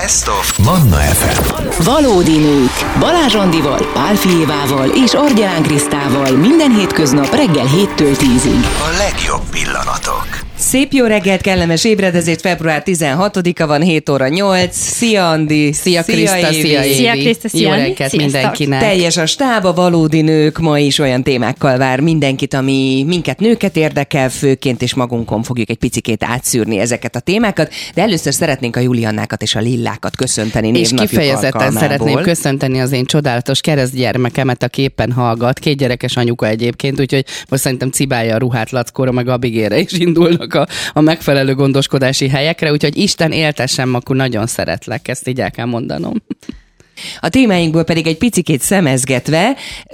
Best of Manna FM. Valódi nők. Balázs Andival, Pál Fijévával és Argyán Krisztával minden hétköznap reggel 7-től 10-ig. A legjobb pillanatok. Szép jó reggelt, kellemes ébredezést, február 16-a van, 7 óra 8. Szia Andi! Szia Kriszta, szia Évi! Szia Kriszta, szia Jó Andi! reggelt Sziasztok. mindenkinek! Teljes a stáb, a valódi nők ma is olyan témákkal vár mindenkit, ami minket nőket érdekel főként, és magunkon fogjuk egy picikét átszűrni ezeket a témákat, de először szeretnénk a Juliannákat és a Lillákat köszönteni névnapjuk És kifejezetten alkalmából. szeretném köszönteni az én csodálatos keresztgyermekemet, aki éppen hallgat, 2 gyerekes anyuka egyébként, úgyhogy most szerintem cibálja a ruhát Lackóra, meg Abigére is indulnak a megfelelő gondoskodási helyekre, úgyhogy Isten éltessen, akkor nagyon szeretlek, ezt így el kell mondanom. A témáinkból pedig egy picikét szemezgetve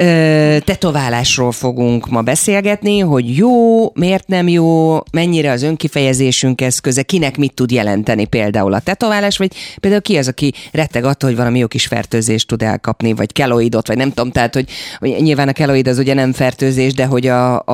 tetoválásról fogunk ma beszélgetni, hogy jó, miért nem jó, mennyire az önkifejezésünk eszköze, kinek mit tud jelenteni például a tetoválás, vagy például ki az, aki retteg attól, hogy valami jó kis fertőzést tud elkapni, vagy keloidot, vagy nem tudom, tehát, hogy nyilván a keloid az ugye nem fertőzés, de hogy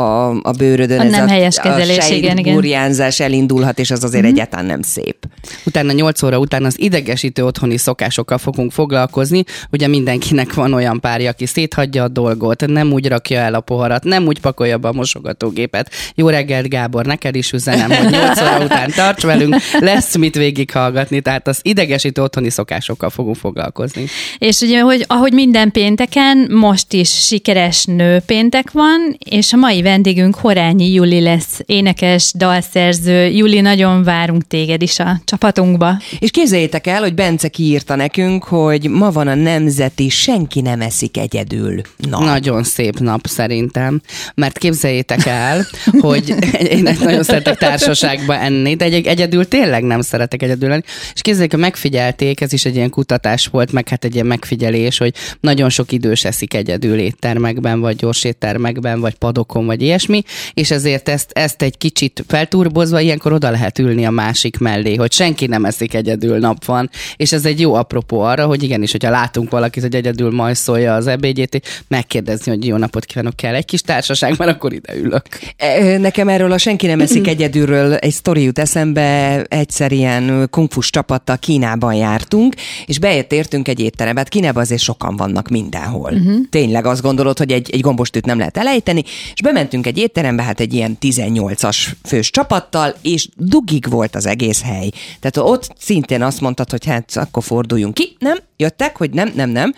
a bőrödön A ez nem helyes kezelés, a igen. burjánzás elindulhat, és az azért egyáltalán nem szép. Utána 8 óra után az idegesítő otthoni szokásokkal fogunk foglalkozni. Ugye mindenkinek van olyan párja, aki széthagyja a dolgot, nem úgy rakja el a poharat, nem úgy pakolja be a mosogatógépet. Jó reggelt, Gábor, neked is üzenem, hogy 8 óra után tarts velünk, lesz mit végighallgatni, tehát az idegesítő otthoni szokásokkal fogunk foglalkozni. És ugye, ahogy minden pénteken, most is sikeres nőpéntek van, és a mai vendégünk Horányi Juli lesz, énekes, dalszerző. Juli, nagyon várunk téged is a csapatunkba. És képzeljétek el, hogy Bence kiírta nekünk, hogy ma van a nemzeti senki nem eszik egyedül nap. Nagyon szép nap szerintem, mert képzeljétek el, hogy én nagyon szeretek társaságba enni, de egyedül tényleg nem szeretek egyedül lenni. És képzeljék, hogy megfigyelték, ez is egy ilyen kutatás volt, meg hát egy ilyen megfigyelés, hogy nagyon sok idős eszik egyedül éttermekben, vagy gyors éttermekben, vagy padokon, vagy ilyesmi, és ezért ezt egy kicsit felturbozva ilyenkor oda lehet ülni a másik mellé, hogy senki nem eszik egyedül nap van, és ez egy jó apropó arra, hogy igenis, hogyha látunk valakit, hogy egyedül majszolja az ebédjét, megkérdezni, hogy jó napot kívánok, kell egy kis társaság, mert akkor ide ülök. Nekem erről a senki nem eszik egyedülről egy sztori jut eszembe, egyszer ilyen kungfus csapattal Kínában jártunk, és beértünk egy étterembe. Hát Kínában azért sokan vannak mindenhol. Tényleg azt gondolod, hogy egy gombostűt nem lehet elejteni, és bementünk egy étterembe, hát egy ilyen 18-as fős csapattal, és dugig volt az egész hely. Tehát ott szintén azt mondtad, hogy hát akkor forduljunk ki, nem? Jöttek, hogy nem.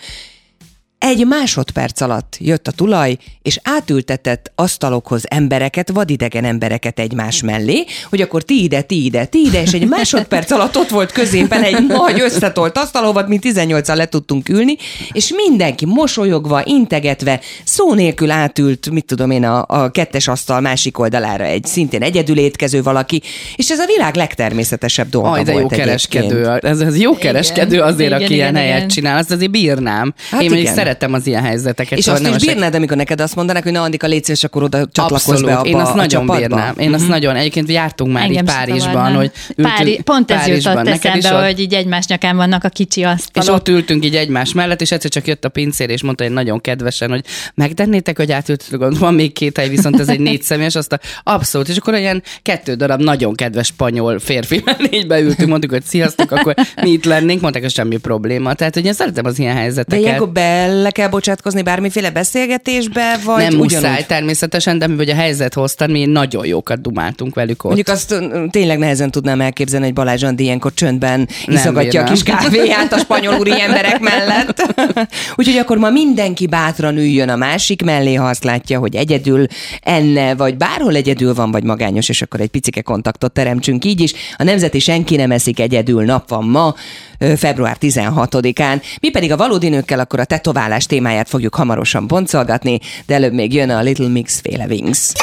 Egy másodperc alatt jött a tulaj, és átültetett asztalokhoz embereket, vadidegen embereket egymás mellé, hogy akkor ti ide, és egy másodperc alatt ott volt középen egy nagy összetolt asztal, ahova mi 18-al le tudtunk ülni, és mindenki mosolyogva, integetve, szó nélkül átült, mit tudom én, a kettes asztal másik oldalára egy szintén egyedül étkező valaki, és ez a világ legtermészetesebb dolga volt de jó kereskedő. Ez jó kereskedő azért, aki ilyen helyet csinál, azt azért bírnám. Hát én igen. szeretem az ilyen helyzeteket. És azt is bírnád, amikor neked azt mondanak, hogy na Andika, légy szíves, akkor oda csatlakozz be abba én azt a nagyon csapatba. bírnám. Én azt nagyon, egyébként jártunk már Engem így sem Párizsban, zavarna. hogy Pont ez jutott neked is eszembe, ott? hogy így egymás nyakán vannak a kicsi asztalok. És ott ültünk így egymás mellett, és egyszer csak jött a pincér, és mondta, hogy nagyon kedvesen, hogy megtennétek, hogy átültetek, van még 2 hely, viszont ez egy 4 személyes, azt abszolút. És akkor olyan 2 darab nagyon kedves spanyol férfi mellé így beültünk, mondtuk, hogy sziasztok, akkor mi itt lennénk, mondták, hogy semmi probléma. Tehát, hogy én szeretem az ilyen helyzeteket. De ilyenkor bele kell bocsátkozni bármiféle beszélgetésbe, vagy nem ugyanúgy? muszáj természetesen, de mivel a helyzet hoztad, mi nagyon jókat dumáltunk velük ott. Mondjuk azt tényleg nehezen tudnám elképzelni, hogy Balázs Andi ilyenkor csöndben iszogatja a kis kávéját a spanyol úri emberek mellett. Úgyhogy akkor ma mindenki bátran üljön a másik mellé, ha azt látja, hogy egyedül enne, vagy bárhol egyedül van, vagy magányos, és akkor egy picike kontaktot teremtsünk így is. A nemzeti senki nem eszik egyedül nap van ma, február 16-án. Mi pedig a valódi nőkkel akkor a tetoválás témáját fogjuk hamarosan boncolgatni, de előbb még jön a Little Mix féle Wings.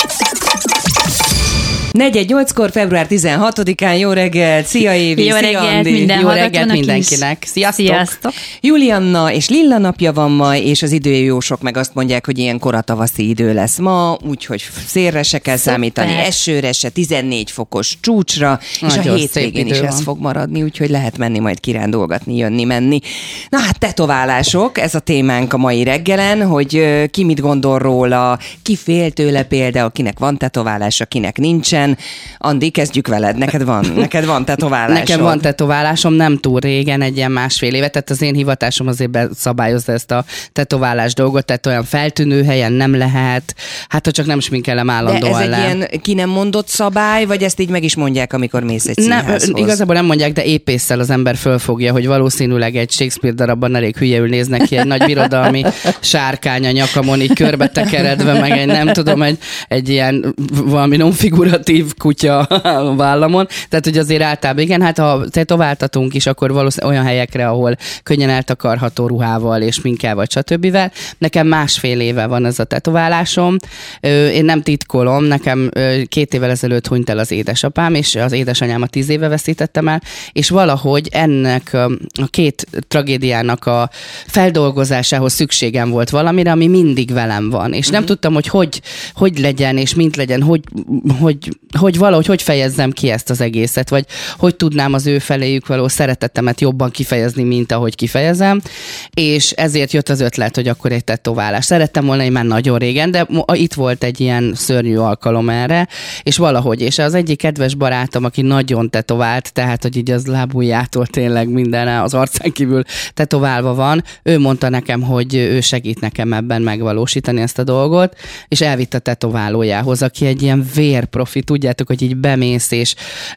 4-8-kor, február 16-án, jó reggelt, szia Évi, jó szia reggelt, Andi. minden Jó reggelt hallgatónak mindenkinek. Sziasztok. Sziasztok! Julianna és Lilla napja van ma, és az időjósok meg azt mondják, hogy ilyen koratavaszi idő lesz ma, úgyhogy szélre se kell számítani, esőre se, 14 fokos csúcsra, és Nagyon a szép hétvégén is idő ez van. fog maradni, úgyhogy lehet menni majd kirándolgatni, jönni, menni. Na hát tetoválások, ez a témánk a mai reggelen, hogy ki mit gondol róla, ki fél tőle például, kinek van tetoválása, kinek nincsen. nincsen. Andi, kezdjük veled. Neked van tetoválásod. Nekem van tetoválásom, nem túl régen, egy ilyen 1,5 éve, tehát az én hivatásom azért szabályozza ezt a tetoválás dolgot, tehát olyan feltűnő helyen nem lehet, hát ha csak nem sminkelem állandóan de ez egy ilyen ki nem mondott szabály, vagy ezt így meg is mondják, amikor mész egy színházhoz? Igazából nem mondják, de épésszel az ember fölfogja, hogy valószínűleg egy Shakespeare darabban elég hülyeül néznek ki, egy nagy birodalmi sárkány a nyakamon így körbe tekeredve, meg egy nem tudom, egy ilyen valami non-figuratív kutya a vállamon. Tehát, hogy azért általában igen, hát ha tetováltatunk is, akkor valószínűleg olyan helyekre, ahol könnyen eltakarható ruhával és minkkel vagy stb. Nekem 1,5 éve van ez a tetoválásom. Én nem titkolom, nekem 2 évvel ezelőtt hunyt el az édesapám, és az édesanyámat 10 éve veszítettem el, és valahogy ennek a 2 tragédiának a feldolgozásához szükségem volt valamire, ami mindig velem van. És nem tudtam, hogy legyen, és mint legyen, hogy valahogy hogy fejezzem ki ezt az egészet, vagy hogy tudnám az ő feléjük való szeretetemet jobban kifejezni, mint ahogy kifejezem, és ezért jött az ötlet, hogy akkor egy tetoválás. Szerettem volna én már nagyon régen, de itt volt egy ilyen szörnyű alkalom erre, és valahogy, és az egyik kedves barátom, aki nagyon tetovált, tehát, hogy így az lábujjától tényleg minden az arcán kívül tetoválva van, ő mondta nekem, hogy ő segít nekem ebben megvalósítani ezt a dolgot, és elvitt a tetoválójához, aki egy ilyen vérprofi, tudjátok, hogy így bemész, és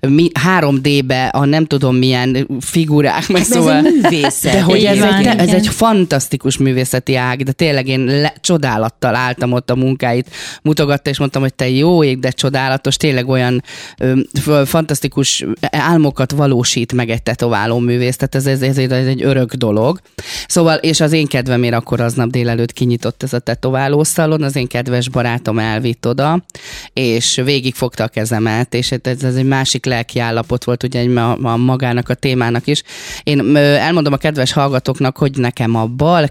3D-be a nem tudom milyen figurák, meg szóval... Ez egy művészet. De hogy ez egy fantasztikus művészeti ág, de tényleg én csodálattal álltam ott a munkáit, mutogatta, és mondtam, hogy te jó ég, de csodálatos, tényleg olyan fantasztikus álmokat valósít meg egy tetováló művész, tehát ez egy örök dolog. Szóval, és az én kedvemért akkor aznap délelőtt kinyitott ez a tetoválószalon, az én kedves barátom elvitt oda, és végigfogta a kezemet, és ez egy másik lelki állapot volt, ugye a magának a témának is. Én elmondom a kedves hallgatóknak, hogy nekem a bal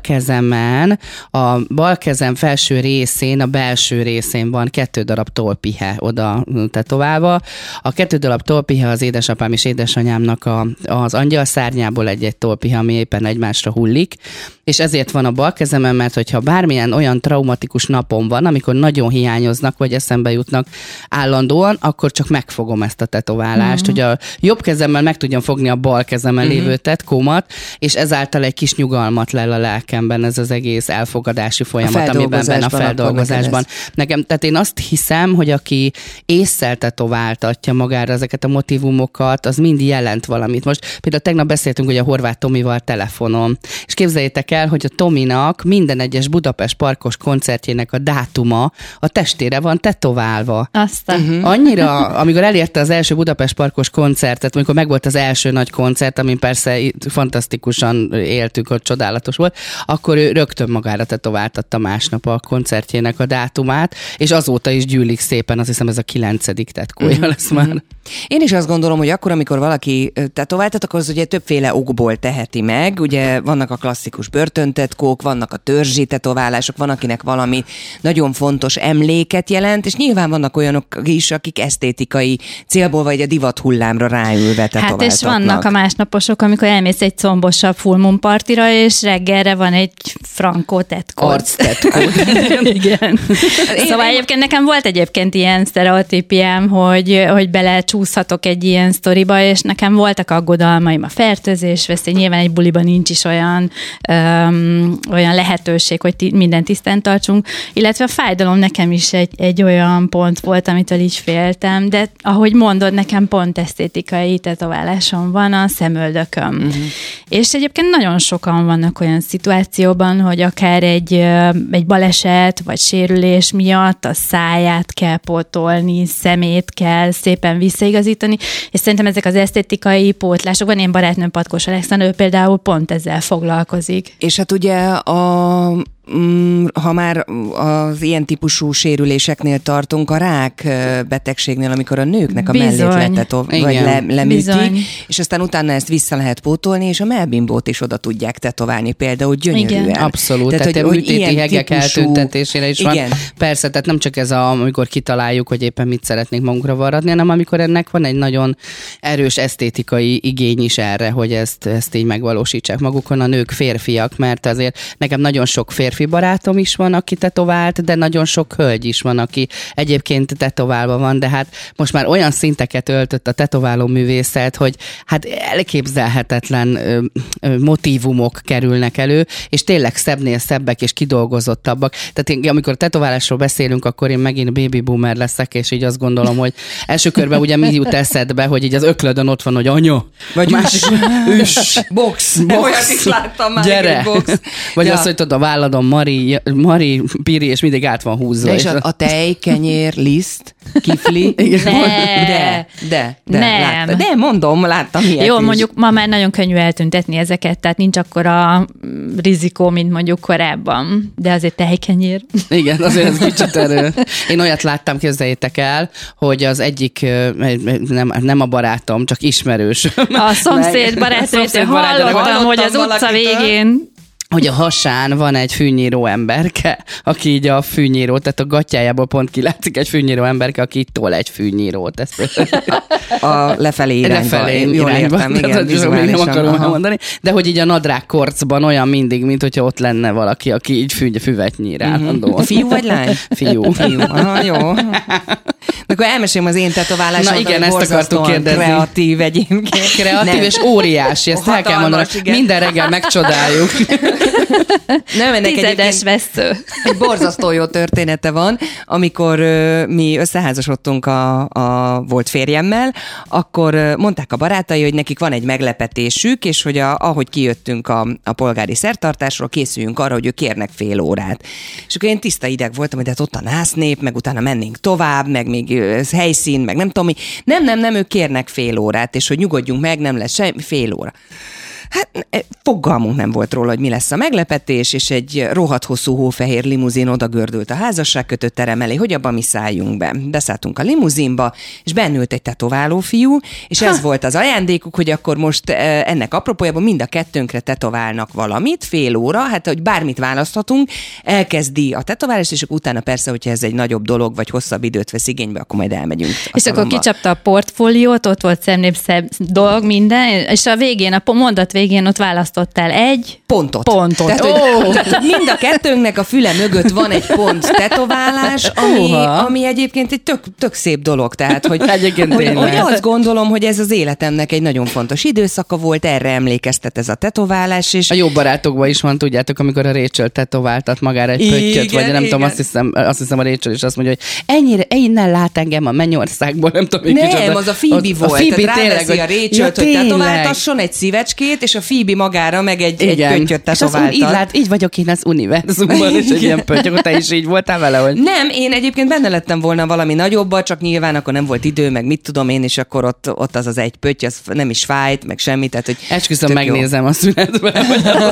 kezem felső részén, a belső részén van 2 darab tollpihe oda tetoválva. A 2 darab tollpihe az édesapám és édesanyámnak az angyalszárnyából egy tollpihe, ami éppen egymásra hullik, és ezért van a bal kezemen, mert hogyha bármilyen olyan traumatikus napom van, amikor nagyon hiányoznak, vagy eszembe jutnak állandóan, akkor csak megfogom ezt a tetoválást, hogy a jobb kezemmel meg tudjam fogni a bal kezemen lévő tetkómat, és ezáltal egy kis nyugalmat lel a lelkemben ez az egész elfogadási folyamat, amiben benne a feldolgozásban. Nekem, tehát én azt hiszem, hogy aki ésszel tetováltatja magára ezeket a motivumokat, az mind jelent valamit. Most például tegnap beszéltünk ugye a Horváth Tomival telefonon, és képzeljétek el, hogy a Tominak minden egyes Budapest Parkos koncertjének a dátuma a testére van tetoválva. Annyira, amikor elérte az első Budapest Parkos koncertet, amikor megvolt az első nagy koncert, amin persze fantasztikusan éltük, hogy csodálatos volt, akkor ő rögtön magára tetováltatta másnap a koncertjének a dátumát, és azóta is gyűlik szépen, azt hiszem ez a 9. tetkója lesz már. Én is azt gondolom, hogy akkor, amikor valaki tetováltat, akkor az ugye többféle okból teheti meg. Ugye vannak a klasszikus börtöntetkók, vannak a törzsi tetoválások, van, akinek valami nagyon fontos emléket jelent, és nyilván vannak olyanok is, akik esztétikai célból vagy a divat hullámra ráülve tetováltatnak. Hát és vannak a másnaposok, amikor elmész egy combosabb full moon partira, és reggelre van egy frankó tetkó. Arctetkó. Igen. Szóval egyébként nekem volt egyébként ilyen sztereotípiám, hogy belecsúszhatok egy ilyen sztoriba, és nekem voltak aggodalmaim a fertőzés veszély, nyilván egy buliban nincs is olyan lehetőség, hogy minden tisztán tartsunk, illetve a fájdalom nekem is egy olyan pont volt, amitől így féltem, de ahogy mondod, nekem pont esztétikai tetoválásom van a szemöldököm. És egyébként nagyon sokan vannak olyan szituációban, hogy akár egy baleset vagy sérülés miatt a száját kell pótolni, szemét kell szépen visszaigazítani, és szerintem ezek az esztétikai pótlások, van ilyen barátnőm Patkós Alexandra, ő például pont ezzel foglalkozik. És hát ugye ha már az ilyen típusú sérüléseknél tartunk, a rák betegségnél, amikor a nőknek a mellét leműtik, és aztán utána ezt vissza lehet pótolni, és a mellbimbót is oda tudják tetoválni például gyönyörűen. Igen. Abszolút, tehát a műtéti hegek eltüntetésére is van. Persze, tehát nem csak ez amikor kitaláljuk, hogy éppen mit szeretnénk magunkra varratni, hanem amikor ennek van egy nagyon erős esztétikai igény is erre, hogy ezt így megvalósítsák magukon a nők, férfiak, mert azért nekem nagyon sok férfi férfi barátom is van, aki tetovált, de nagyon sok hölgy is van, aki egyébként tetoválva van, de hát most már olyan szinteket öltött a tetováló művészet, hogy hát elképzelhetetlen motívumok kerülnek elő, és tényleg szebbnél szebbek és kidolgozottabbak. Tehát amikor tetoválásról beszélünk, akkor én megint baby boomer leszek, és így azt gondolom, hogy első körben ugye mi jut eszedbe, hogy így az öklödön ott van, hogy anya, vagy üss, box. Olyat is láttam már, gyere. box. Vagy azt, hogy tudod, a válladon Mari, Piri, és mindig át van húzva. De és a tej, kenyér, liszt, kifli. De láttam. De mondom, láttam ilyet Jó, is. mondjuk ma már nagyon könnyű eltüntetni ezeket, tehát nincs akkora rizikó, mint mondjuk korábban, de azért tejkenyér. Igen, azért ez kicsit erő. Én olyat láttam, képzeljétek el, hogy az egyik, nem a barátom, csak ismerős. A szomszéd barátomtól hallottam, hogy az utca végén hogy a hasán van egy fűnyíró emberke, aki így a fűnyíró, tehát a gatyájából pont kilátszik egy fűnyíró emberke, aki tol egy fűnyírót. A lefelé irányba. Jól értem, igen, nem akarom elmondani. De hogy így a nadrágkorcban olyan mindig, mint hogyha ott lenne valaki, aki így füvet nyír állandóan. Fiú vagy lány? Fiú. Aha, jó. Akkor elmesélem az én tetoválásomat. Na igen, ezt akartuk kérdezni. Kreatív egyébként. Kreatív és óriási, ezt el kell mondani. Minden reggel megcsodáljuk. Nem, ennek tizedes vesző. Egy borzasztó jó története van, amikor mi összeházasodtunk a volt férjemmel, akkor mondták a barátai, hogy nekik van egy meglepetésük, és hogy ahogy kijöttünk a polgári szertartásról, készüljünk arra, hogy ők kérnek fél órát. És akkor én tiszta ideg voltam, hogy hát ott a násznép, meg utána mennénk tovább, meg még helyszín, meg nem tudom mi. Nem, ők kérnek fél órát, és hogy nyugodjunk meg, nem lesz semmi, fél óra. Hát fogalmunk nem volt róla, hogy mi lesz a meglepetés, és egy rohadt hosszú hófehér limuzin odagördült a házasságkötő terem elé, hogy abban mi szálljunk be. Beszálltunk a limuzinba, és bennült egy tetováló fiú, és ez volt az ajándékuk, hogy akkor most ennek apropójában mind a kettőnkre tetoválnak valamit, fél óra, hát hogy bármit választhatunk, elkezdi a tetoválást, és akkor utána persze, hogyha ez egy nagyobb dolog, vagy hosszabb időt vesz igénybe, akkor majd elmegyünk. És akkor kicsapta a portfóliót, ott volt szebb dolog, minden, és a végén, a mondat végén ott választottál egy pontot. Tehát, hogy mind a kettőnknek a füle mögött van egy pont tetoválás, ami egyébként egy tök szép dolog. Tehát, hogy azt gondolom, hogy ez az életemnek egy nagyon fontos időszaka volt, erre emlékeztet ez a tetoválás. És... A jó barátokban is van, tudjátok, amikor a Rachel tetováltat magára egy pöttyöt, vagy nem tudom, azt hiszem a Rachel is azt mondja, hogy ennyire innen lát engem a Mennyországból, nem tudom, nem, az a Phoebe volt. A Phoebe ráveszi a Rachelt, hogy tetováltasson egy szívecskét, és a Phoebe magára meg egy pöttyöt tetováltat. Így vagyok én az univerzumban, és egy ilyen pöttyök, te is így voltál vele, hogy... Nem, én egyébként benne lettem volna valami nagyobba, csak nyilván akkor nem volt idő, meg mit tudom én, és akkor ott az egy pötty, az nem is fájt, meg semmi, tehát hogy... Esküszöm, megnézem a szünetben,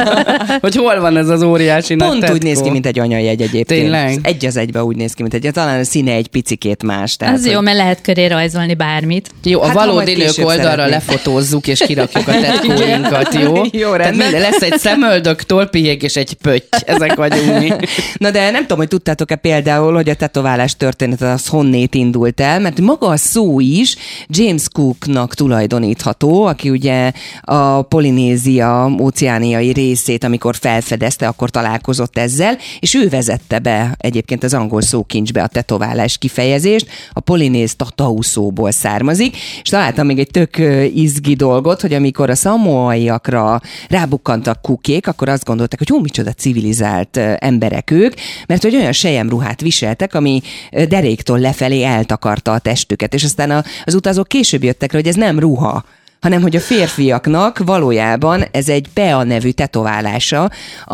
hogy hol van ez az óriási nagy tetkó. Pont úgy néz ki, mint egy anyajegy egyébként. Tényleg? Egy az egybe úgy néz ki, mint egy, talán a színe egy picikét más. Tehát, az jó, mert lehet köré rajzolni bármit. Jó, a valódi nők oldalra lefotózzuk, és kirakjuk a tetkóinkat, jó? Jó, rendben. Lesz egy szemöldök, tolpihék és egy pötty. Ezek vagyunk mi. Na de nem tudom, hogy tudtátok-e például, hogy a tetoválás története az honnét indult el, mert maga a szó is James Cooknak tulajdonítható, aki ugye a Polinézia óceániai részét, amikor felfedezte, akkor találkozott ezzel, és ő vezette be egyébként az angol szókincsbe a tetoválás kifejezést, a polinéz tatau szóból származik, és találtam még egy tök izgi dolgot, hogy amikor a szamoaiakra rábukkantak kukék, akkor azt gondolták, hogy micsoda civilizált emberek ők, mert hogy olyan selyemruhát viseltek, ami deréktől lefelé eltakarta a testüket, és aztán az utazók később jöttek rá, hogy ez nem ruha, hanem hogy a férfiaknak valójában ez egy pea nevű tetoválása,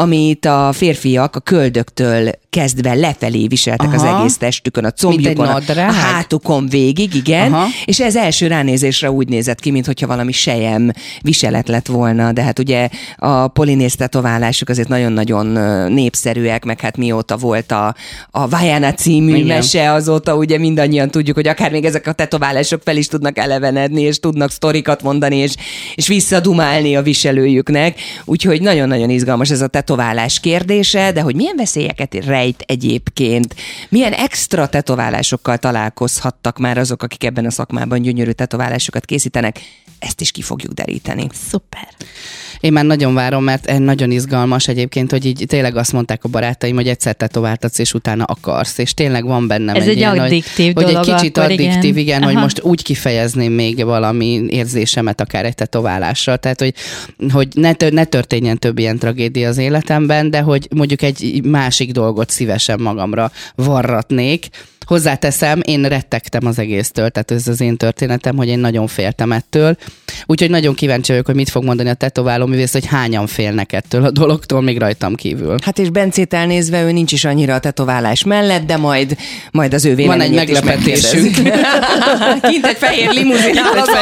a férfiak a köldöktől kezdve lefelé viseltek az egész testükön, a combjukon, a hátukon végig, igen, és ez első ránézésre úgy nézett ki, mintha valami sejem viselet lett volna, de hát ugye a polinéz tetoválások azért nagyon-nagyon népszerűek, meg hát mióta volt a Vajana című mese, azóta ugye mindannyian tudjuk, hogy akár még ezek a tetoválások fel is tudnak elevenedni, és tudnak sztorikat mondani, és visszadumálni a viselőjüknek, úgyhogy nagyon-nagyon izgalmas ez a tetoválás kérdése, de hogy milyen veszélyeket rejt egyébként, milyen extra tetoválásokkal találkozhattak már azok, akik ebben a szakmában gyönyörű tetoválásokat készítenek, ezt is ki fogjuk deríteni. Szuper. Én már nagyon várom, mert nagyon izgalmas egyébként, hogy így tényleg azt mondták a barátaim, hogy egyszer tetováltatsz, és utána akarsz, és tényleg van bennem ez egy ilyen, addiktív hogy dolog, egy kicsit akkor addiktív, igen, Aha. hogy most úgy kifejezném még valami érzésemet akár egy tetoválással, tehát hogy ne történjen több ilyen tragédia az életemben, de hogy mondjuk egy másik dolgot szívesen magamra varratnék. Hozzáteszem, én rettegtem az egésztől, tehát ez az én történetem, hogy én nagyon féltem ettől. Úgyhogy nagyon kíváncsi vagyok, hogy mit fog mondani a tetoválóművész, hogy hányan félnek ettől a dologtól, még rajtam kívül. Hát és Bencét elnézve, ő nincs is annyira a tetoválás mellett, de majd az ő véleményét van egy meglepetésünk. Kint egy fehér limuzin.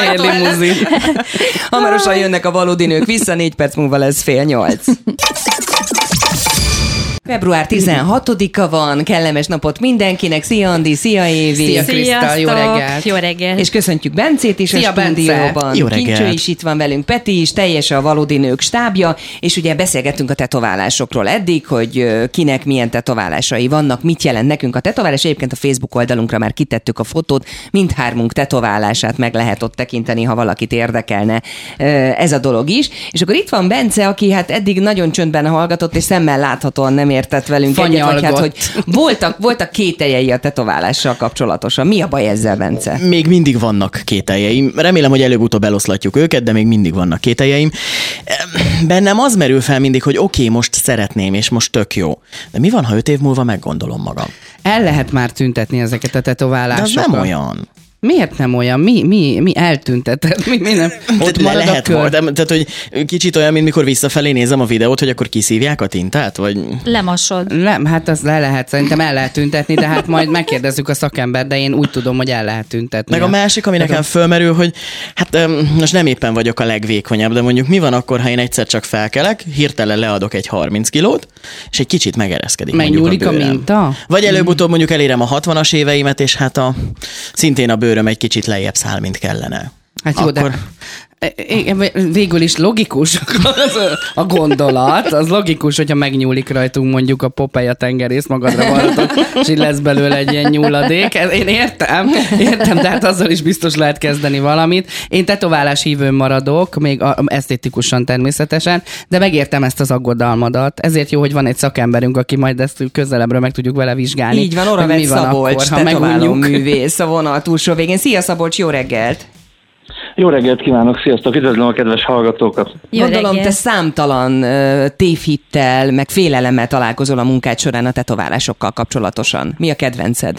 Hamarosan jönnek a valódi nők vissza, 4 perc múlva lesz 7:30. Február 16-a van, kellemes napot mindenkinek. Szia Andi, szia Évi. Szia Kriszta, jó reggelt. Jó reggelt. És köszöntjük Bencét is Szia, a stúdióban. Jó reggelt. Kincső is itt van velünk, Peti is, teljes a valódi nők stábja, és ugye beszélgettünk a tetoválásokról eddig, hogy kinek milyen tetoválásai vannak, mit jelent nekünk a tetoválás. Egyébként a Facebook oldalunkra már kitettük a fotót, mindhármunk tetoválását meg lehet ott tekinteni, ha valakit érdekelne ez a dolog is. És akkor itt van Bence, aki hát eddig nagyon csöndben hallgatott, és szemmel láthatóan nem értett velünk egyet, vagy hát, hogy voltak kételjei a tetoválással kapcsolatosan. Mi a baj ezzel, Bence? Még mindig vannak kételjeim. Remélem, hogy előbb-utóbb eloszlatjuk őket, de még mindig vannak kételjeim. Bennem az merül fel mindig, hogy oké, most szeretném, és most tök jó. De mi van, ha 5 év múlva meggondolom magam? El lehet már tüntetni ezeket a De tetoválásokat. az nem olyan. Miért nem olyan? Mi eltüntetett? Mi nem? Ott Le marad a lehet kör. volt. Tehát, hogy kicsit olyan, mint mikor visszafelé nézem a videót, hogy akkor kiszívják a tintát, vagy... Lemosod. Nem, hát az le lehet, szerintem el lehet tüntetni, de hát majd megkérdezzük a szakembert, de én úgy tudom, hogy el lehet tüntetni. Meg a másik, ami nekem fölmerül, hogy hát most nem éppen vagyok a legvékonyabb, de mondjuk mi van akkor, ha én egyszer csak felkelek, hirtelen leadok egy 30 kilót, és egy kicsit megereszkedik mondjuk Megnyúlik a bőrem. minta? Vagy előbb-utóbb mondjuk elérem a 60-as éveimet, és hát szintén a bőröm egy kicsit lejjebb száll, mint kellene. Hát jó, Akkor... de végül is logikus a gondolat, az logikus, hogyha megnyúlik rajtunk mondjuk a Popeye tengerész, magadra varratok, és így lesz belőle egy ilyen nyúladék. Én értem, de hát azzal is biztos lehet kezdeni valamit. Én tetoválás hívőn maradok, még esztétikusan természetesen, de megértem ezt az aggodalmadat. Ezért jó, hogy van egy szakemberünk, aki majd ezt közelebbről meg tudjuk vele vizsgálni. Így van, Oravec Szabolcs, tetováló művész a vonal túlsó végén. Szia Szabolcs, jó reggelt! Jó reggelt kívánok, sziasztok, üdvözlöm a kedves hallgatókat. Jó Gondolom, reggelt. te számtalan tévhittel, meg félelemmel találkozol a munkád során a tetoválásokkal kapcsolatosan. Mi a kedvenced?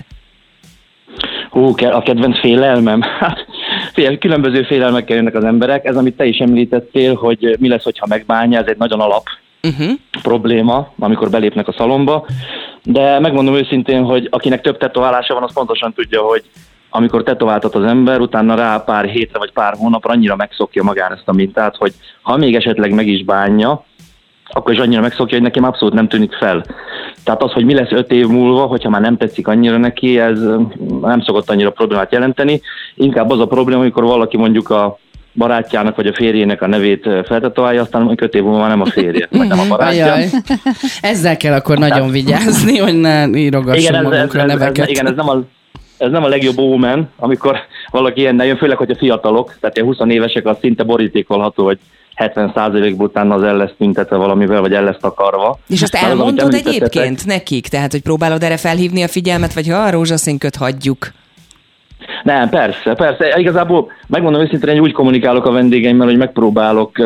A kedvenc félelmem? Hát, különböző félelmekkel jönnek az emberek. Ez, amit te is említettél, hogy mi lesz, hogyha megbánja, ez egy nagyon alap probléma, amikor belépnek a szalomba. De megmondom őszintén, hogy akinek több tetoválása van, az pontosan tudja, hogy amikor tetováltat az ember, utána rá pár hétre vagy pár hónapra annyira megszokja magán ezt a mintát, hogy ha még esetleg meg is bánja, akkor is annyira megszokja, hogy nekem abszolút nem tűnik fel. Tehát az, hogy mi lesz 5 év múlva, hogyha már nem tetszik annyira neki, ez nem szokott annyira problémát jelenteni. Inkább az a probléma, amikor valaki mondjuk a barátjának vagy a férjének a nevét feltetoválja, aztán 5 év múlva már nem a férje, vagy nem a barátja. Ajaj. Ezzel kell akkor nagyon vigyázni, hogy ne írogassunk magunkra neveket. Igen, ez nem a legjobb ómen, amikor valaki ilyennel jön, főleg, hogy a fiatalok, tehát a 20 évesek, az szinte borítékolható, hogy 70%-ban utána az el lesz tüntetve valamivel, vagy el lesz takarva. És azt elmondod egyébként nekik? Tehát, hogy próbálod erre felhívni a figyelmet, vagy ha a rózsaszínköt hagyjuk? Nem, persze. Igazából megmondom őszintén, hogy úgy kommunikálok a vendégeimmel, hogy megpróbálok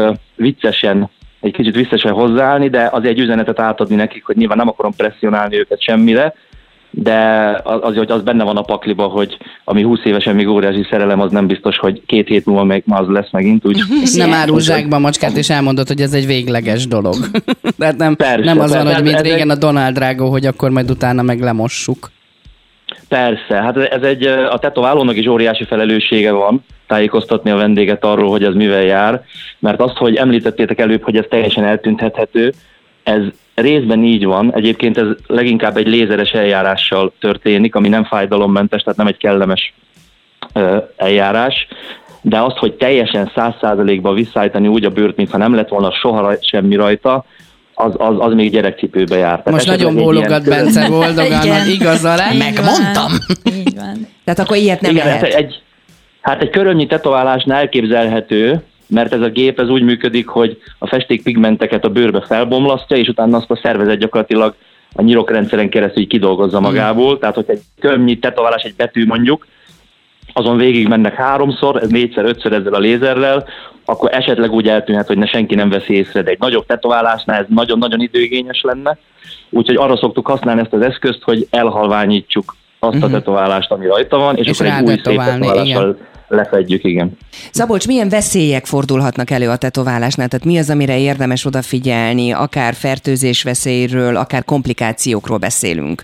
egy kicsit viccesen hozzáállni, de azért egy üzenetet átadni nekik, hogy nyilván nem akarom presszionálni őket semmire, de azért, hogy az benne van a pakliba, hogy ami 20 évesen még óriási szerelem, az nem biztos, hogy 2 hét múlva még az lesz megint. Úgy. Nem árul zsákba a macskát, és elmondod, hogy ez egy végleges dolog. Tehát nem az van, hogy mint régen a Donald Drago, hogy akkor majd utána meg lemossuk. Persze, hát a tetoválónak is óriási felelőssége van tájékoztatni a vendéget arról, hogy ez mivel jár, mert azt, hogy említettétek előbb, hogy ez teljesen eltüntethető, ez részben így van, egyébként ez leginkább egy lézeres eljárással történik, ami nem fájdalommentes, tehát nem egy kellemes eljárás, de azt, hogy teljesen 100%-ban visszaállítani úgy a bőrt, mintha nem lett volna soha semmi rajta, az még gyerekcipőbe jár. Most nagyon bólogat Bence boldogan, hogy igaza lett. Megmondtam! Így van. Tehát akkor ilyet nem lehet. Hát egy körömnyi tetoválásnál elképzelhető, mert ez a gép ez úgy működik, hogy a festékpigmenteket a bőrbe felbomlasztja, és utána azt a szervezet gyakorlatilag a nyirokrendszeren keresztül így kidolgozza magából. Tehát, hogy egy könnyű tetoválás, egy betű mondjuk, azon végig mennek 3-szor, 4-szer, 5-ször ezzel a lézerrel, akkor esetleg úgy eltűnhet, hogy senki nem veszi észre, de egy nagyobb tetoválásnál ez nagyon-nagyon időigényes lenne. Úgyhogy arra szoktuk használni ezt az eszközt, hogy elhalványítsuk azt a tetoválást, ami rajta van, és akkor egy új szép tetoválással lefedjük, igen. Szabolcs, milyen veszélyek fordulhatnak elő a tetoválásnál? Tehát mi az, amire érdemes odafigyelni? Akár fertőzés veszélyről, akár komplikációkról beszélünk.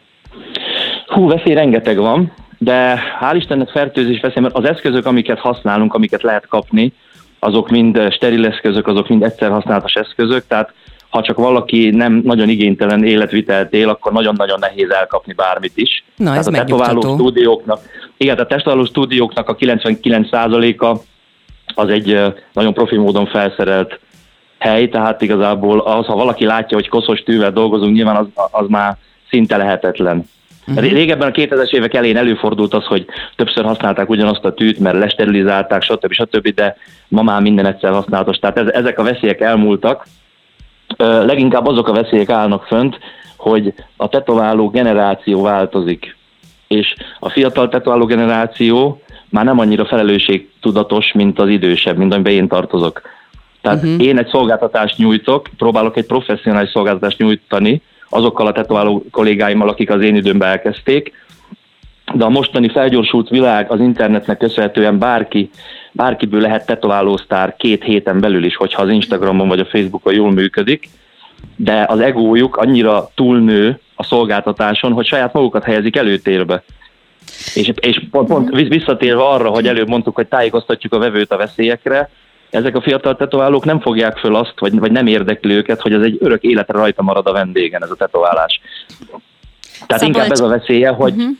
Veszély rengeteg van, de hál' Istennek fertőzés veszély, mert az eszközök, amiket használunk, amiket lehet kapni, azok mind steril eszközök, azok mind egyszer használatos eszközök, tehát ha csak valaki nem nagyon igénytelen életvitelt él, akkor nagyon-nagyon nehéz elkapni bármit is. Na, ez megnyugtató. A tetováló stúdióknak a 99%-a az egy nagyon profi módon felszerelt hely, tehát igazából az, ha valaki látja, hogy koszos tűvel dolgozunk, nyilván az már szinte lehetetlen. Régebben a 2000-es évek elején előfordult az, hogy többször használták ugyanazt a tűt, mert lesterilizálták, stb., de ma már minden egyszer használatos. Tehát ezek a veszélyek elmúltak. Leginkább azok a veszélyek állnak fönt, hogy a tetováló generáció változik. És a fiatal tetováló generáció már nem annyira felelősségtudatos, mint az idősebb, mint amiben én tartozok. Tehát én egy szolgáltatást nyújtok, próbálok egy professzionális szolgáltatást nyújtani azokkal a tetováló kollégáimmal, akik az én időmben elkezdték, de a mostani felgyorsult világ az internetnek köszönhetően bárkiből lehet tetoválósztár 2 héten belül is, hogyha az Instagramon vagy a Facebookon jól működik, de az egójuk annyira túlnő a szolgáltatáson, hogy saját magukat helyezik előtérbe. És pont visszatérve arra, hogy előbb mondtuk, hogy tájékoztatjuk a vevőt a veszélyekre, ezek a fiatal tetoválók nem fogják föl azt, vagy nem érdekli őket, hogy ez egy örök életre rajta marad a vendégen, ez a tetoválás. Tehát inkább ez a veszélye,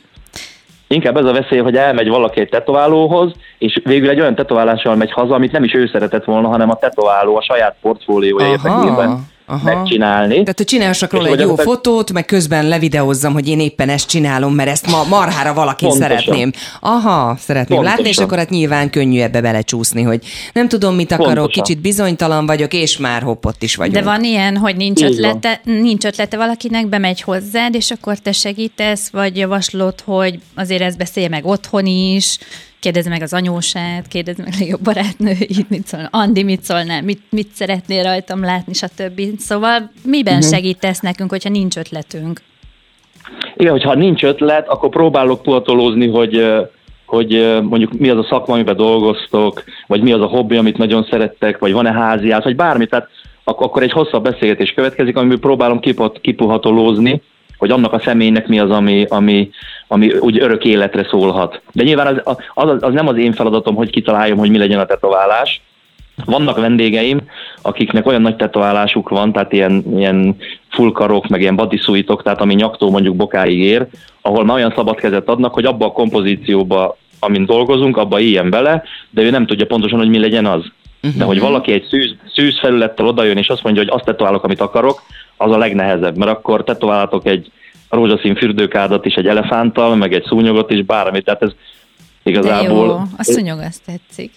hogy elmegy valaki egy tetoválóhoz, és végül egy olyan tetoválással megy haza, amit nem is ő szeretett volna, hanem a tetováló a saját portfóliója érdekében megcsinálni. Tehát, hogy csinálhassak róla egy jó fotót, meg közben levideózzam, hogy én éppen ezt csinálom, mert ezt ma marhára valakin szeretném. Szeretném látni, és akkor hát nyilván könnyű ebbe belecsúszni, hogy nem tudom, mit akarok, kicsit bizonytalan vagyok, és már hoppott is vagyunk. De van ilyen, hogy nincs ötlete valakinek, bemegy hozzád, és akkor te segítesz, vagy javaslod, hogy azért ezt beszélje meg otthon is, kérdezd meg az anyósát, kérdezd meg a legjobb barátnőit, mit szólna, Andi mit szólnál, mit szeretnél rajtam látni, stb. Szóval miben segítesz nekünk, hogyha nincs ötletünk? Igen, hogyha nincs ötlet, akkor próbálok puhatolózni, hogy mondjuk mi az a szakma, amiben dolgoztok, vagy mi az a hobbi, amit nagyon szerettek, vagy van-e háziás, vagy bármi. Tehát akkor egy hosszabb beszélgetés következik, amiből próbálom kipuhatolózni, hogy annak a személynek mi az, ami úgy örök életre szólhat. De nyilván az nem az én feladatom, hogy kitaláljam, hogy mi legyen a tetoválás. Vannak vendégeim, akiknek olyan nagy tetoválásuk van, tehát ilyen fullkarok, meg ilyen bodysuitok, tehát ami nyaktól mondjuk bokáig ér, ahol már olyan szabad kezet adnak, hogy abba a kompozícióba, amin dolgozunk, abba éljen bele, de ő nem tudja pontosan, hogy mi legyen az. De hogy valaki egy szűz felülettel odajön, és azt mondja, hogy azt tetoválok, amit akarok, az a legnehezebb, mert akkor tetoválhatok egy rózsaszín fürdőkádat is, egy elefánttal, meg egy szúnyogot is, bármit, tehát ez igazából... De jó, a szúnyog, azt tetszik.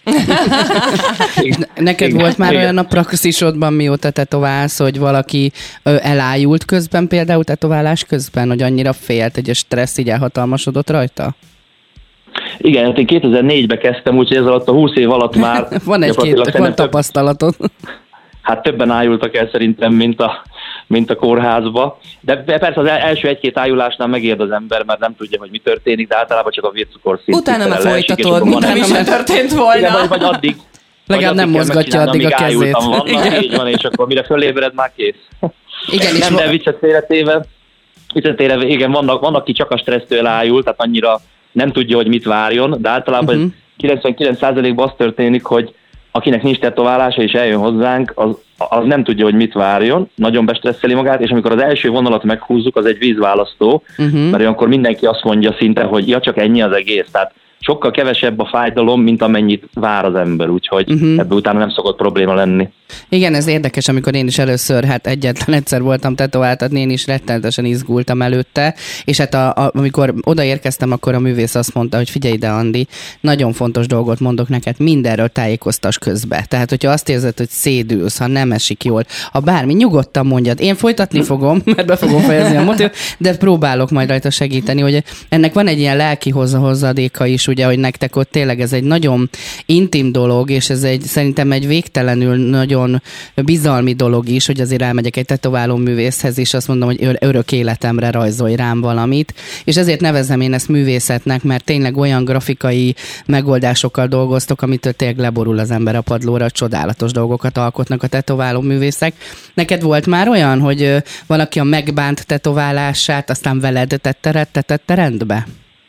Neked volt már olyan a praxisodban, mióta tetoválsz, hogy valaki elájult közben, például tetoválás közben, hogy annyira félt, hogy a stressz így elhatalmasodott rajta? Igen, hát én 2004-ben kezdtem, úgyhogy ez alatt a 20 év alatt már... van tapasztalatod. Hát többen ájultak el szerintem, mint a kórházba. De persze az első 1-2 ájulásnál megérd az ember, mert nem tudja, hogy mi történik, de általában csak a vércukorszint. Utána már folytatod, mintha mi sem történt volna. Igen, vagy addig. Legalább nem mozgatja addig a kezét. Így van, és akkor mire fölébred, már kész. Igen, nem, de viccet félretéve, igen, vannak, aki csak a stressztől ájul, tehát annyira nem tudja, hogy mit várjon, de általában 99%-ban az történik, hogy akinek nincs tetoválása és eljön hozzánk, az nem tudja, hogy mit várjon, nagyon bestresszeli magát, és amikor az első vonalat meghúzzuk, az egy vízválasztó, mert olyankor mindenki azt mondja szinte, hogy ja, csak ennyi az egész. Tehát sokkal kevesebb a fájdalom, mint amennyit vár az ember, úgyhogy ebből utána nem szokott probléma lenni. Igen, ez érdekes, amikor én is először, egyetlen egyszer voltam tetováltatni, én is rettenetesen izgultam előtte, és hát amikor odaérkeztem, akkor a művész azt mondta, hogy figyelj ide, Andi, nagyon fontos dolgot mondok neked, mindenről tájékoztass közbe. Tehát, hogyha azt érzed, hogy szédülsz, ha nem esik jól, ha bármi, nyugodtan mondjad. Én folytatni fogom, mert be fogom fejezni a motiv, de próbálok majd rajta segíteni, hogy ennek van egy ilyen lelki hozadéka is, ugye, hogy nektek ott tényleg ez egy nagyon intim dolog, és ez szerintem egy végtelenül nagyon bizalmi dolog is, hogy azért elmegyek egy tetováló művészhez, és azt mondom, hogy örök életemre rajzolj rám valamit, és ezért nevezem én ezt művészetnek, mert tényleg olyan grafikai megoldásokkal dolgoztok, amitől tényleg leborul az ember a padlóra, csodálatos dolgokat alkotnak a tetováló művészek. Neked volt már olyan, hogy valaki a megbánt tetoválását aztán veled tette rendbe?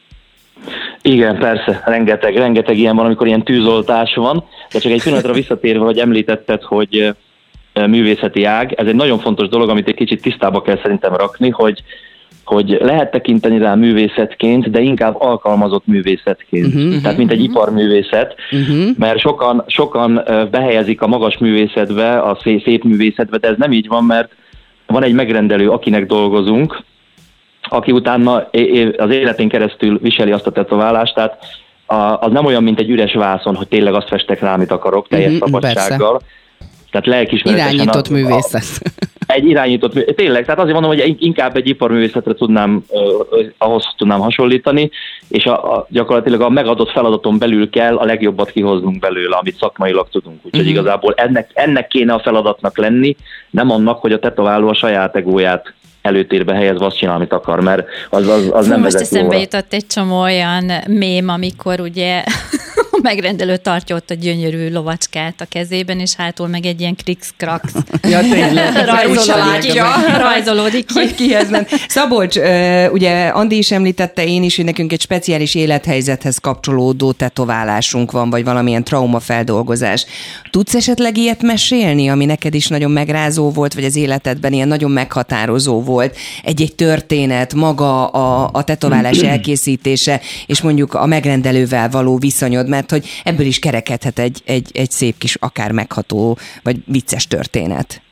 Igen, persze, rengeteg ilyen van, amikor ilyen tűzoltás van, de csak egy pillanatra visszatérve, hogy említetted, hogy művészeti ág, ez egy nagyon fontos dolog, amit egy kicsit tisztába kell szerintem rakni, hogy lehet tekinteni rá művészetként, de inkább alkalmazott művészetként, tehát mint egy iparművészet, mert sokan behelyezik a magas művészetbe, a szép művészetbe, de ez nem így van, mert van egy megrendelő, akinek dolgozunk, aki utána az életén keresztül viseli azt a tetoválást, tehát az nem olyan, mint egy üres vászon, hogy tényleg azt festek rá, amit akarok, teljes szabadsággal. Tehát lelkismeretesen. Irányított művészet. Egy irányított művészet. Tényleg, tehát azért mondom, hogy inkább egy iparművészetre ahhoz tudnám hasonlítani, és gyakorlatilag a megadott feladaton belül kell a legjobbat kihoznunk belőle, amit szakmailag tudunk. Úgyhogy igazából ennek kéne a feladatnak lenni, nem annak, hogy a tetováló a saját egóját előtérbe helyezve azt csinál, amit akar, mert az nem vezet jóra. Most eszembe jutott egy csomó olyan mém, amikor ugye a megrendelő tartja ott a gyönyörű lovacskát a kezében, és hátul meg egy ilyen krix-krax. Ja, tényleg. Rajzolódik ki. Hogy kihez nem. Szabolcs, ugye Andi is említette, én is, hogy nekünk egy speciális élethelyzethez kapcsolódó tetoválásunk van, vagy valamilyen traumafeldolgozás. Tudsz esetleg ilyet mesélni, ami neked is nagyon megrázó volt, vagy az életedben ilyen nagyon meghatározó volt? Egy történet, maga a tetoválás elkészítése, és mondjuk a megrendelővel való viszonyod, mert hogy ebből is kerekedhet egy szép kis, akár megható, vagy vicces történet.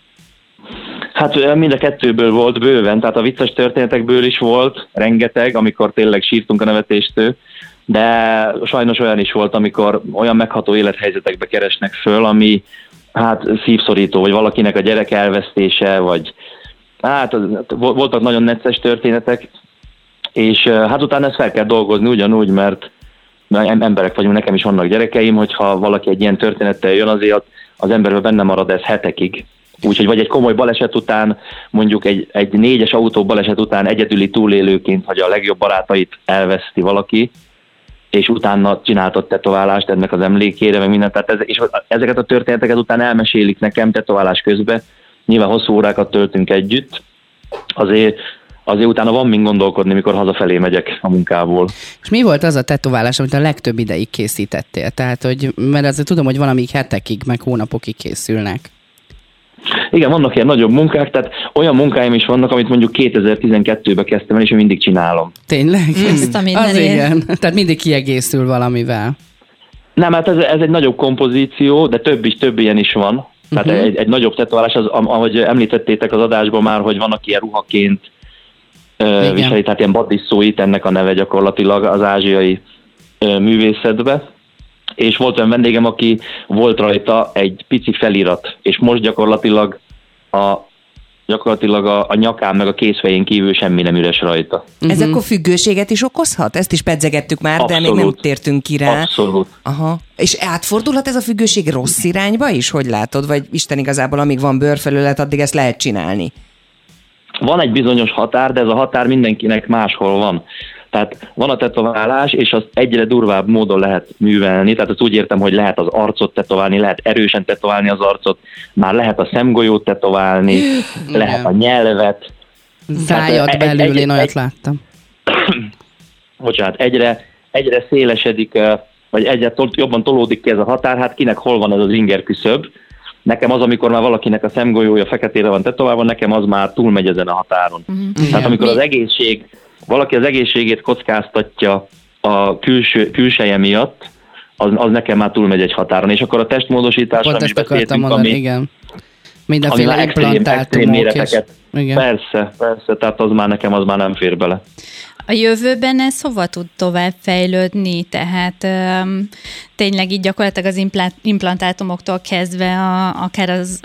Hát mind a kettőből volt bőven, tehát a vicces történetekből is volt rengeteg, amikor tényleg sírtunk a nevetéstől, de sajnos olyan is volt, amikor olyan megható élethelyzetekbe keresnek föl, ami hát szívszorító, vagy valakinek a gyerek elvesztése, vagy hát voltak nagyon necces történetek, és hát utána ezt fel kell dolgozni ugyanúgy, mert emberek vagyunk, nekem is vannak gyerekeim, hogyha valaki egy ilyen történettel jön, azért az emberben benne marad ez hetekig. Úgyhogy vagy egy komoly baleset után, mondjuk egy 4-es autó baleset után egyedüli túlélőként, hogy a legjobb barátait elveszti valaki, és utána csináltott tetoválást ennek az emlékére, meg mindent. Tehát és ezeket a történeteket utána elmesélik nekem tetoválás közben. Nyilván hosszú órákat töltünk együtt, azért utána van mind gondolkodni, mikor hazafelé megyek a munkából. És mi volt az a tetoválás, amit a legtöbb ideig készítettél? Tehát, mert azért tudom, hogy valamik hetekig, meg hónapokig készülnek. Igen, vannak ilyen nagyobb munkák, tehát olyan munkáim is vannak, amit mondjuk 2012-ben kezdtem el, és mindig csinálom. Tényleg? Az igen. Tehát mindig kiegészül valamivel. Nem, hát ez egy nagyobb kompozíció, de több ilyen is van. Tehát egy nagyobb tetoválás, ahogy említettétek az adásban már, hogy vannak ilyen ruhaként viseli, tehát ilyen badisszóit, ennek a neve gyakorlatilag az ázsiai művészetbe. És volt olyan vendégem, aki volt rajta egy pici felirat, és most gyakorlatilag a nyakán meg a kézfején kívül semmi nem üres rajta. Ez akkor függőséget is okozhat? Ezt is pedzegettük már, abszolút, de még nem tértünk ki rá. Abszolút. Aha. És átfordulhat ez a függőség rossz irányba is? Hogy látod? Vagy Isten igazából, amíg van bőrfelület, addig ezt lehet csinálni? Van egy bizonyos határ, de ez a határ mindenkinek máshol van. Tehát van a tetoválás, és azt egyre durvább módon lehet művelni, tehát azt úgy értem, hogy lehet az arcot tetoválni, lehet erősen tetoválni az arcot, már lehet a szemgolyót tetoválni, lehet a nyelvet. Szájad belül, én olyat láttam. Bocsánat, egyre szélesedik, vagy egyre jobban tolódik ki ez a határ, hát kinek hol van ez az inger küszöb. Nekem az, amikor már valakinek a szemgolyója feketére van tetoválva, nekem az már túlmegy ezen a határon. Tehát amikor valaki az egészségét kockáztatja a külseje miatt, az nekem már túlmegy egy határon. És akkor a testmódosításra pont is ezt akartam beszéltünk, mondani, ami, igen. Mindenféle extrém implantátumok. méreteket. Igen. Persze, tehát az már nekem nem fér bele. A jövőben ez hova tud tovább fejlődni? Tehát tényleg így gyakorlatilag az implantátumoktól kezdve akár az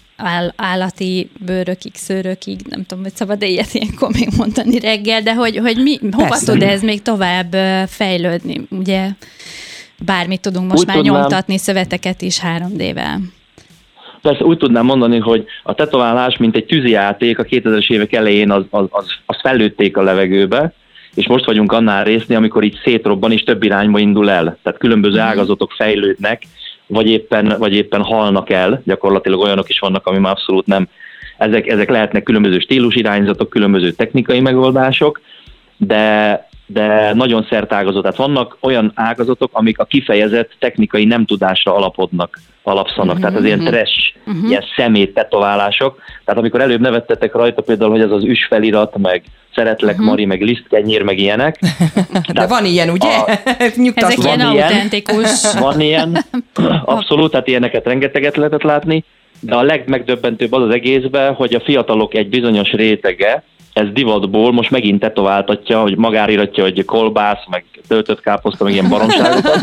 állati bőrökig, szőrökig, nem tudom, hogy szabad ilyet ilyenkor még mondani reggel, de hogy hova tud ez még tovább fejlődni? Ugye bármit tudunk most már nyomtatni, szöveteket is 3D-vel. Persze úgy tudnám mondani, hogy a tetoválás, mint egy tűzijáték a 2000-es évek elején az fellőtték a levegőbe, és most vagyunk annál résznél, amikor így szétrobban és több irányba indul el. Tehát különböző ágazatok fejlődnek, vagy éppen halnak el, gyakorlatilag olyanok is vannak, ami már abszolút nem. Ezek lehetnek különböző stílusirányzatok, különböző technikai megoldások, de nagyon szertágazó. Tehát vannak olyan ágazatok, amik a kifejezett technikai nem tudásra alapszanak. Tehát az ilyen trash, ilyen szemét tetoválások. Tehát amikor előbb nevettetek rajta például, hogy ez az üsfelirat, meg szeretlek Mari, meg lisztkenyér, meg ilyenek. De van ilyen, ugye? Ezek ilyen autentikus. Van ilyen, abszolút, tehát ilyeneket rengeteget lehetett látni, de a legmegdöbbentőbb az egészben, hogy a fiatalok egy bizonyos rétege, ez divatból most megint tetováltatja, hogy magára iratja, hogy kolbász, meg töltött káposzta, meg ilyen baromságokat.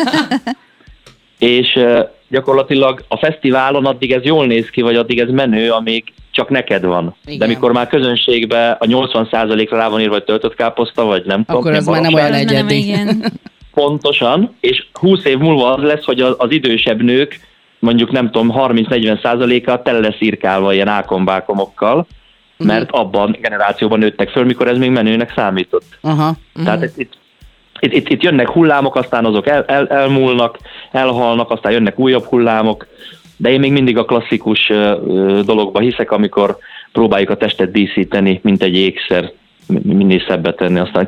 És gyakorlatilag a fesztiválon addig ez jól néz ki, vagy addig ez menő, amíg csak neked van. Igen. De amikor már közönségben a 80%-ra rá van írva, hogy töltött káposzta, vagy nem tudom. Akkor ez már nem olyan egyedi. Pontosan, és 20 év múlva az lesz, hogy az idősebb nők, mondjuk nem tudom, 30-40%-a tele lesz írkálva ilyen ákombákomokkal, mert abban generációban nőttek föl, mikor ez még menőnek számított. Tehát itt jönnek hullámok, aztán azok elmúlnak, elhalnak, aztán jönnek újabb hullámok, de én még mindig a klasszikus dologba hiszek, amikor próbáljuk a testet díszíteni, mint egy ékszer, minél szebbet tenni, aztán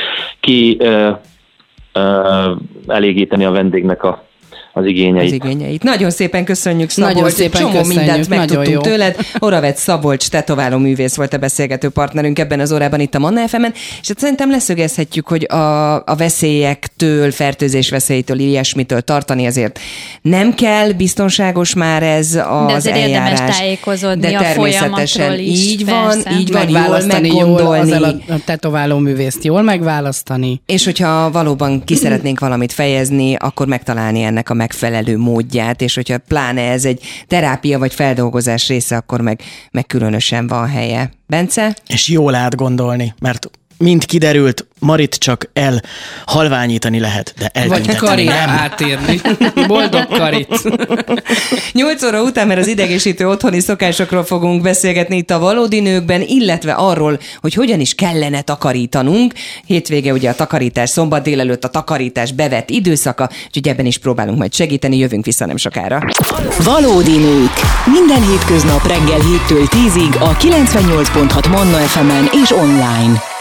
elégíteni a vendégnek az igényeit. Nagyon szépen köszönjük, Szabolcs. Csomó mindent megtudtunk tőled. Oravec Szabolcs tetováló művész volt a beszélgető partnerünk ebben az órában itt a Manna FM-en, és hát szerintem leszögezhetjük, hogy a veszélyektől, fertőzés veszélytől, ilyesmitől tartani azért nem kell, biztonságos már ez az de eljárás. Érdemes tájékozódni de a folyamatról is. Így van, jól meggondolni. A tetováló művészt jól megválasztani. És hogyha valóban ki szeretnénk valamit fejezni, akkor megtalálni ennek a megfelelő módját, és hogyha pláne ez egy terápia vagy feldolgozás része, akkor meg különösen van helye. Bence? És jól átgondolni, mert mind kiderült, Marit csak elhalványítani lehet, de eltüntetni vagy Karit átírni. Boldog Karit. 8 óra után, mert az idegesítő otthoni szokásokról fogunk beszélgetni itt a Valódi Nőkben, illetve arról, hogy hogyan is kellene takarítanunk. Hétvége ugye a takarítás, szombat délelőtt a takarítás bevett időszaka, úgyhogy ebben is próbálunk majd segíteni, jövünk vissza nem sokára. Valódi Nők. Minden hétköznap reggel 7-től 10-ig a 98.6 Manna FM-en és online.